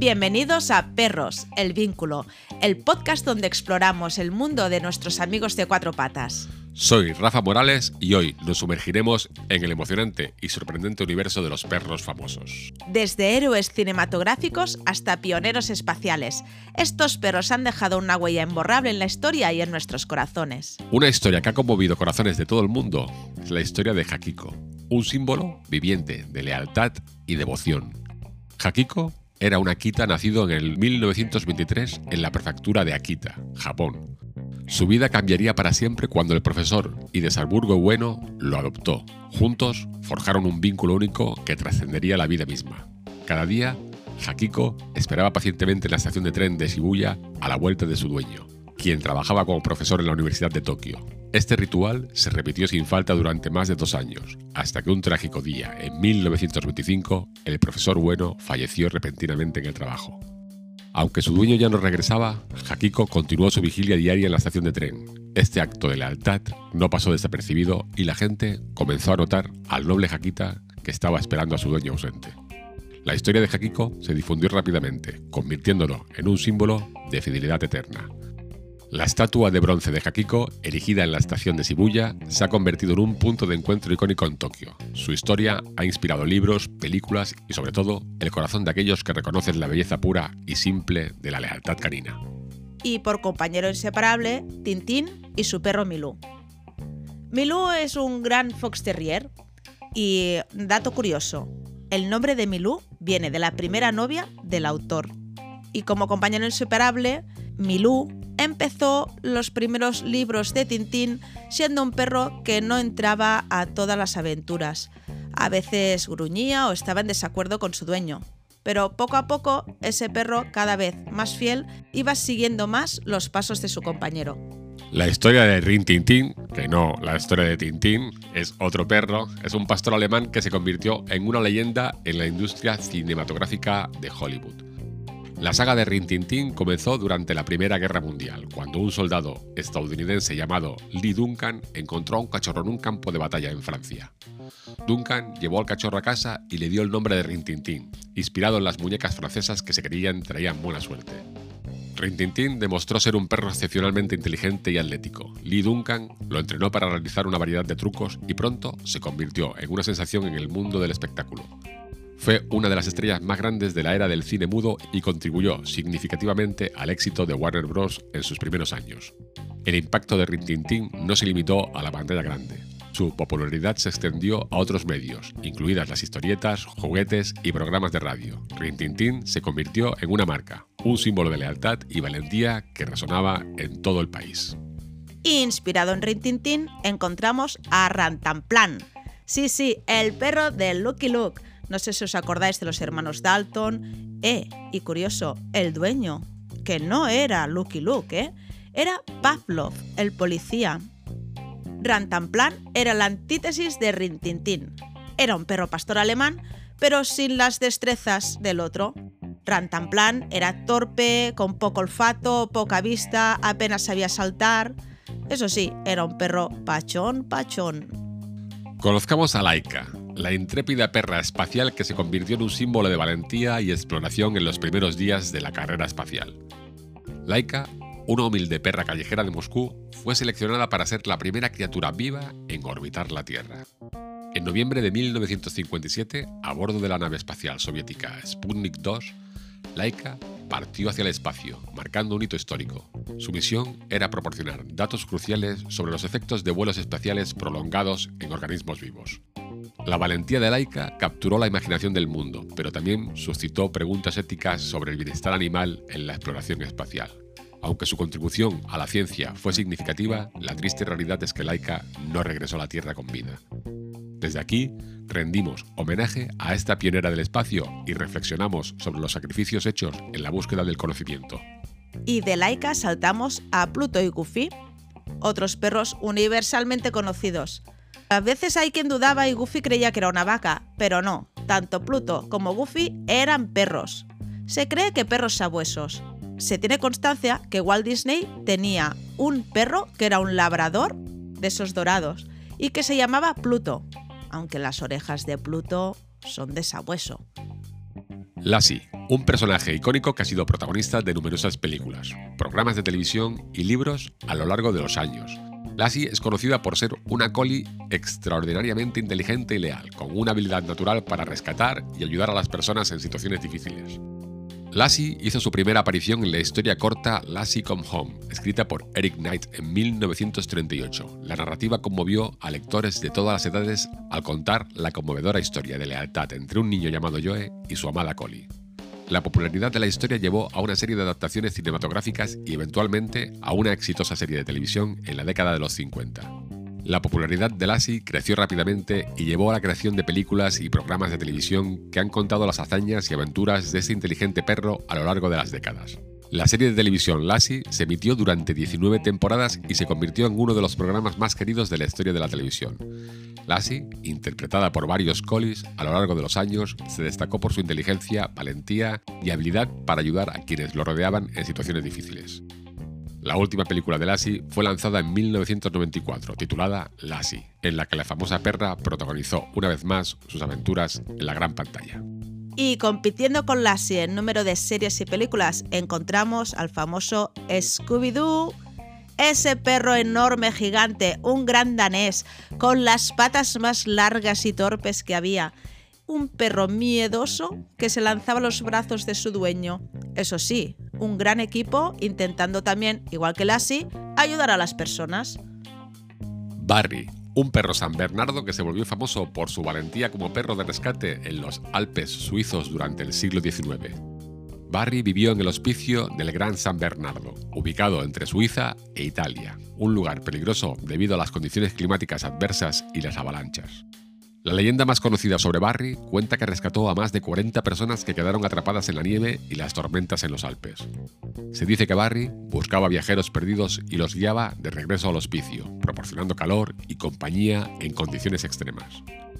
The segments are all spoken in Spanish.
Bienvenidos a Perros, el vínculo, el podcast donde exploramos el mundo de nuestros amigos de cuatro patas. Soy Rafa Morales y hoy nos sumergiremos en el emocionante y sorprendente universo de los perros famosos. Desde héroes cinematográficos hasta pioneros espaciales, estos perros han dejado una huella imborrable en la historia y en nuestros corazones. Una historia que ha conmovido corazones de todo el mundo es la historia de Hachiko, un símbolo viviente de lealtad y devoción. Hachiko era un Akita nacido en el 1923 en la prefectura de Akita, Japón. Su vida cambiaría para siempre cuando el profesor Hidesaburgo Ueno lo adoptó. Juntos forjaron un vínculo único que trascendería la vida misma. Cada día, Hachiko esperaba pacientemente en la estación de tren de Shibuya a la vuelta de su dueño, quien trabajaba como profesor en la Universidad de Tokio. Este ritual se repitió sin falta durante más de 2 años, hasta que un trágico día, en 1925, el profesor Ueno falleció repentinamente en el trabajo. Aunque su dueño ya no regresaba, Hachiko continuó su vigilia diaria en la estación de tren. Este acto de lealtad no pasó desapercibido y la gente comenzó a notar al noble Akita que estaba esperando a su dueño ausente. La historia de Hachiko se difundió rápidamente, convirtiéndolo en un símbolo de fidelidad eterna. La estatua de bronce de Hachiko, erigida en la estación de Shibuya, se ha convertido en un punto de encuentro icónico en Tokio. Su historia ha inspirado libros, películas y, sobre todo, el corazón de aquellos que reconocen la belleza pura y simple de la lealtad canina. Y por compañero inseparable, Tintín y su perro Milú. Milú es un gran fox terrier y, dato curioso, el nombre de Milú viene de la primera novia del autor. Y como compañero inseparable, Milú empezó los primeros libros de Tintín siendo un perro que no entraba a todas las aventuras. A veces gruñía o estaba en desacuerdo con su dueño. Pero poco a poco, ese perro, cada vez más fiel, iba siguiendo más los pasos de su compañero. La historia de Rin Tin Tin, que no la historia de Tintín, es otro perro, es un pastor alemán que se convirtió en una leyenda en la industria cinematográfica de Hollywood. La saga de Rin Tin Tin comenzó durante la Primera Guerra Mundial, cuando un soldado estadounidense llamado Lee Duncan encontró a un cachorro en un campo de batalla en Francia. Duncan llevó al cachorro a casa y le dio el nombre de Rin Tin Tin, inspirado en las muñecas francesas que se creían traían buena suerte. Rin Tin Tin demostró ser un perro excepcionalmente inteligente y atlético. Lee Duncan lo entrenó para realizar una variedad de trucos y pronto se convirtió en una sensación en el mundo del espectáculo. Fue una de las estrellas más grandes de la era del cine mudo y contribuyó significativamente al éxito de Warner Bros. En sus primeros años. El impacto de Rin Tin Tin no se limitó a la pantalla grande. Su popularidad se extendió a otros medios, incluidas las historietas, juguetes y programas de radio. Rin Tin Tin se convirtió en una marca, un símbolo de lealtad y valentía que resonaba en todo el país. Inspirado en Rin Tin Tin, encontramos a Rantanplan. Sí, el perro de Lucky Luke. No sé si os acordáis de los hermanos Dalton. Y curioso, el dueño, que no era Lucky Luke, era Pavlov, el policía. Rantanplan era la antítesis de Rin Tin Tin. Era un perro pastor alemán, pero sin las destrezas del otro. Rantanplan era torpe, con poco olfato, poca vista, apenas sabía saltar. Eso sí, era un perro pachón. Conozcamos a Laika, la intrépida perra espacial que se convirtió en un símbolo de valentía y exploración en los primeros días de la carrera espacial. Laika, una humilde perra callejera de Moscú, fue seleccionada para ser la primera criatura viva en orbitar la Tierra. En noviembre de 1957, a bordo de la nave espacial soviética Sputnik 2, Laika partió hacia el espacio, marcando un hito histórico. Su misión era proporcionar datos cruciales sobre los efectos de vuelos espaciales prolongados en organismos vivos. La valentía de Laika capturó la imaginación del mundo, pero también suscitó preguntas éticas sobre el bienestar animal en la exploración espacial. Aunque su contribución a la ciencia fue significativa, la triste realidad es que Laika no regresó a la Tierra con vida. Desde aquí, rendimos homenaje a esta pionera del espacio y reflexionamos sobre los sacrificios hechos en la búsqueda del conocimiento. Y de Laika saltamos a Pluto y Goofy, otros perros universalmente conocidos. A veces hay quien dudaba y Goofy creía que era una vaca, pero no, tanto Pluto como Goofy eran perros. Se cree que perros sabuesos. Se tiene constancia que Walt Disney tenía un perro que era un labrador de esos dorados y que se llamaba Pluto, aunque las orejas de Pluto son de sabueso. Lassie, un personaje icónico que ha sido protagonista de numerosas películas, programas de televisión y libros a lo largo de los años. Lassie es conocida por ser una collie extraordinariamente inteligente y leal, con una habilidad natural para rescatar y ayudar a las personas en situaciones difíciles. Lassie hizo su primera aparición en la historia corta Lassie Come Home, escrita por Eric Knight en 1938. La narrativa conmovió a lectores de todas las edades al contar la conmovedora historia de lealtad entre un niño llamado Joe y su amada collie. La popularidad de la historia llevó a una serie de adaptaciones cinematográficas y eventualmente a una exitosa serie de televisión en la década de los 50. La popularidad de Lassie creció rápidamente y llevó a la creación de películas y programas de televisión que han contado las hazañas y aventuras de este inteligente perro a lo largo de las décadas. La serie de televisión Lassie se emitió durante 19 temporadas y se convirtió en uno de los programas más queridos de la historia de la televisión. Lassie, interpretada por varios collies a lo largo de los años, se destacó por su inteligencia, valentía y habilidad para ayudar a quienes lo rodeaban en situaciones difíciles. La última película de Lassie fue lanzada en 1994, titulada Lassie, en la que la famosa perra protagonizó una vez más sus aventuras en la gran pantalla. Y compitiendo con Lassie en número de series y películas, encontramos al famoso Scooby-Doo, ese perro enorme, gigante, un gran danés, con las patas más largas y torpes que había. Un perro miedoso que se lanzaba a los brazos de su dueño. Eso sí, un gran equipo intentando también, igual que Lassie, ayudar a las personas. Barry, un perro San Bernardo que se volvió famoso por su valentía como perro de rescate en los Alpes suizos durante el siglo XIX. Barry vivió en el hospicio del Gran San Bernardo, ubicado entre Suiza e Italia, un lugar peligroso debido a las condiciones climáticas adversas y las avalanchas. La leyenda más conocida sobre Barry cuenta que rescató a más de 40 personas que quedaron atrapadas en la nieve y las tormentas en los Alpes. Se dice que Barry buscaba viajeros perdidos y los guiaba de regreso al hospicio, proporcionando calor y compañía en condiciones extremas.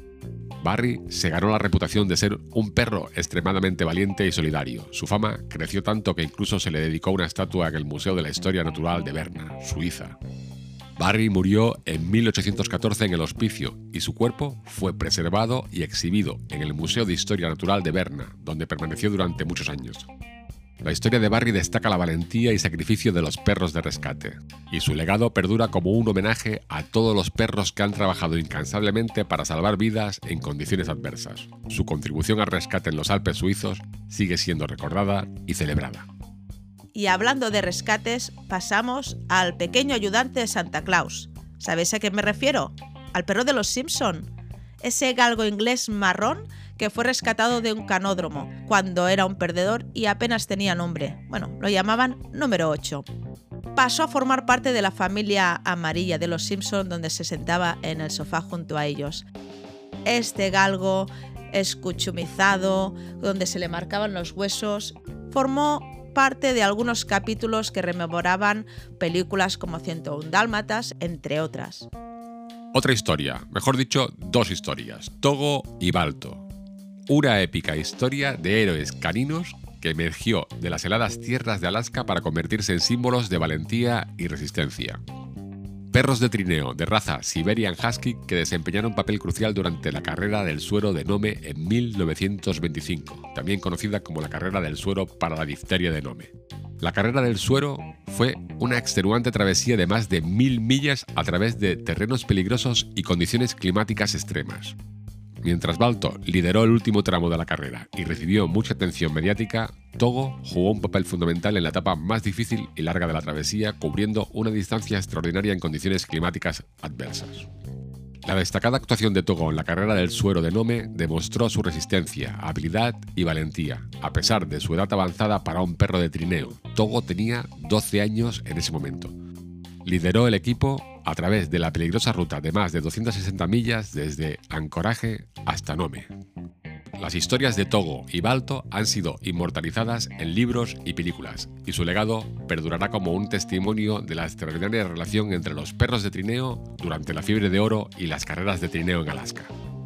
Barry se ganó la reputación de ser un perro extremadamente valiente y solidario. Su fama creció tanto que incluso se le dedicó una estatua en el Museo de la Historia Natural de Berna, Suiza. Barry murió en 1814 en el hospicio y su cuerpo fue preservado y exhibido en el Museo de Historia Natural de Berna, donde permaneció durante muchos años. La historia de Barry destaca la valentía y sacrificio de los perros de rescate, y su legado perdura como un homenaje a todos los perros que han trabajado incansablemente para salvar vidas en condiciones adversas. Su contribución al rescate en los Alpes suizos sigue siendo recordada y celebrada. Y hablando de rescates, pasamos al pequeño ayudante de Santa Claus. ¿Sabéis a qué me refiero? Al perro de los Simpson. Ese galgo inglés marrón que fue rescatado de un canódromo cuando era un perdedor y apenas tenía nombre. Bueno, lo llamaban número 8. Pasó a formar parte de la familia amarilla de los Simpson, donde se sentaba en el sofá junto a ellos. Este galgo escuchumizado, donde se le marcaban los huesos, formó parte de algunos capítulos que rememoraban películas como 101 Dálmatas, entre otras. Otra historia, mejor dicho, dos historias, Togo y Balto. Una épica historia de héroes caninos que emergió de las heladas tierras de Alaska para convertirse en símbolos de valentía y resistencia. Perros de trineo de raza Siberian Husky que desempeñaron un papel crucial durante la carrera del suero de Nome en 1925, también conocida como la carrera del suero para la difteria de Nome. La carrera del suero fue una extenuante travesía de más de 1000 millas a través de terrenos peligrosos y condiciones climáticas extremas. Mientras Balto lideró el último tramo de la carrera y recibió mucha atención mediática, Togo jugó un papel fundamental en la etapa más difícil y larga de la travesía, cubriendo una distancia extraordinaria en condiciones climáticas adversas. La destacada actuación de Togo en la carrera del suero de Nome demostró su resistencia, habilidad y valentía. A pesar de su edad avanzada para un perro de trineo, Togo tenía 12 años en ese momento. Lideró el equipo a través de la peligrosa ruta de más de 260 millas desde Ancoraje hasta Nome. Las historias de Togo y Balto han sido inmortalizadas en libros y películas, y su legado perdurará como un testimonio de la extraordinaria relación entre los perros de trineo durante la fiebre de oro y las carreras de trineo en Alaska.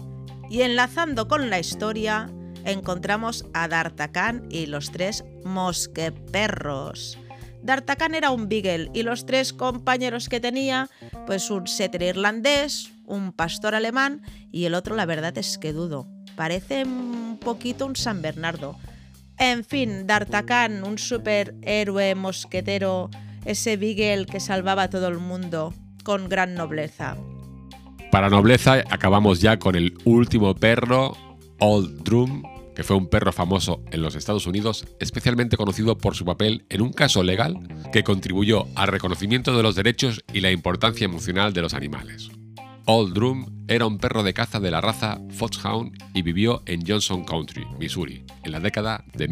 Y enlazando con la historia, encontramos a D'Artagnan y los 3 mosqueperros. D'Artagnan era un beagle y los 3 compañeros que tenía, pues un setter irlandés, un pastor alemán y el otro la verdad es que dudo. Parece un poquito un San Bernardo. En fin, D'Artagnan, un superhéroe mosquetero, ese Beagle que salvaba a todo el mundo con gran nobleza. Para nobleza acabamos ya con el último perro, Old Drum, que fue un perro famoso en los Estados Unidos, especialmente conocido por su papel en un caso legal que contribuyó al reconocimiento de los derechos y la importancia emocional de los animales. Old Drum era un perro de caza de la raza Foxhound y vivió en Johnson Country, Missouri, en la década de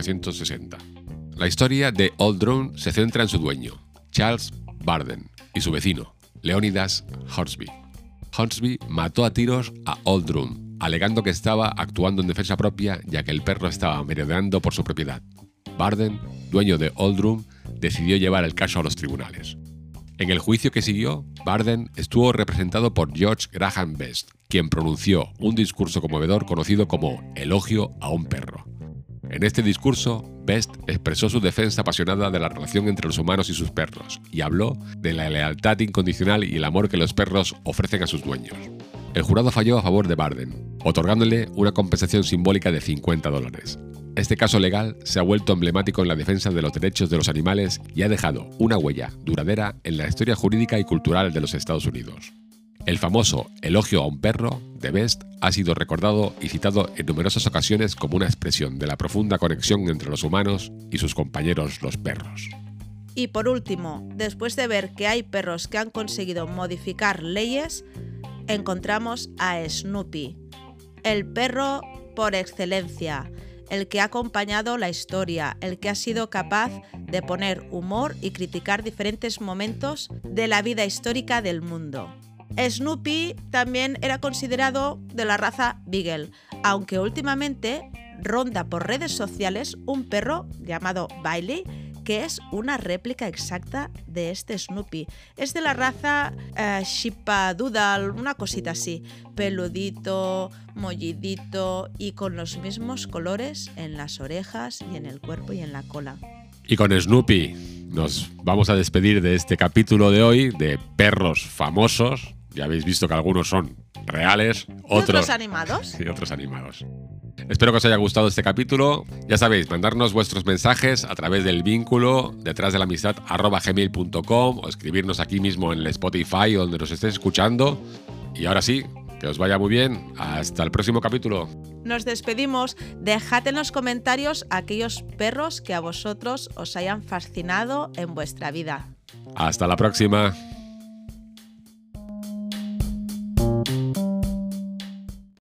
1860. La historia de Old Drum se centra en su dueño, Charles Barden, y su vecino, Leonidas Hornsby. Hornsby mató a tiros a Old Drum, alegando que estaba actuando en defensa propia ya que el perro estaba merodeando por su propiedad. Barden, dueño de Old Drum, decidió llevar el caso a los tribunales. En el juicio que siguió, Barden estuvo representado por George Graham Best, quien pronunció un discurso conmovedor conocido como Elogio a un perro. En este discurso, Best expresó su defensa apasionada de la relación entre los humanos y sus perros y habló de la lealtad incondicional y el amor que los perros ofrecen a sus dueños. El jurado falló a favor de Barden, otorgándole una compensación simbólica de $50. Este caso legal se ha vuelto emblemático en la defensa de los derechos de los animales y ha dejado una huella duradera en la historia jurídica y cultural de los Estados Unidos. El famoso Elogio a un perro de Best ha sido recordado y citado en numerosas ocasiones como una expresión de la profunda conexión entre los humanos y sus compañeros los perros. Y por último, después de ver que hay perros que han conseguido modificar leyes, encontramos a Snoopy, el perro por excelencia, el que ha acompañado la historia, el que ha sido capaz de poner humor y criticar diferentes momentos de la vida histórica del mundo. Snoopy también era considerado de la raza Beagle, aunque últimamente ronda por redes sociales un perro llamado Bailey, que es una réplica exacta de este Snoopy. Es de la raza Sheepadoodle, una cosita así, peludito, mollidito y con los mismos colores en las orejas y en el cuerpo y en la cola. Y con Snoopy nos vamos a despedir de este capítulo de hoy de perros famosos. Ya habéis visto que algunos son reales, otros animados. Y otros animados. Espero que os haya gustado este capítulo. Ya sabéis, mandarnos vuestros mensajes a través del vínculo detrás de la amistad @gmail.com o escribirnos aquí mismo en el Spotify o donde nos estéis escuchando. Y ahora sí, que os vaya muy bien. Hasta el próximo capítulo. Nos despedimos. Dejad en los comentarios aquellos perros que a vosotros os hayan fascinado en vuestra vida. Hasta la próxima.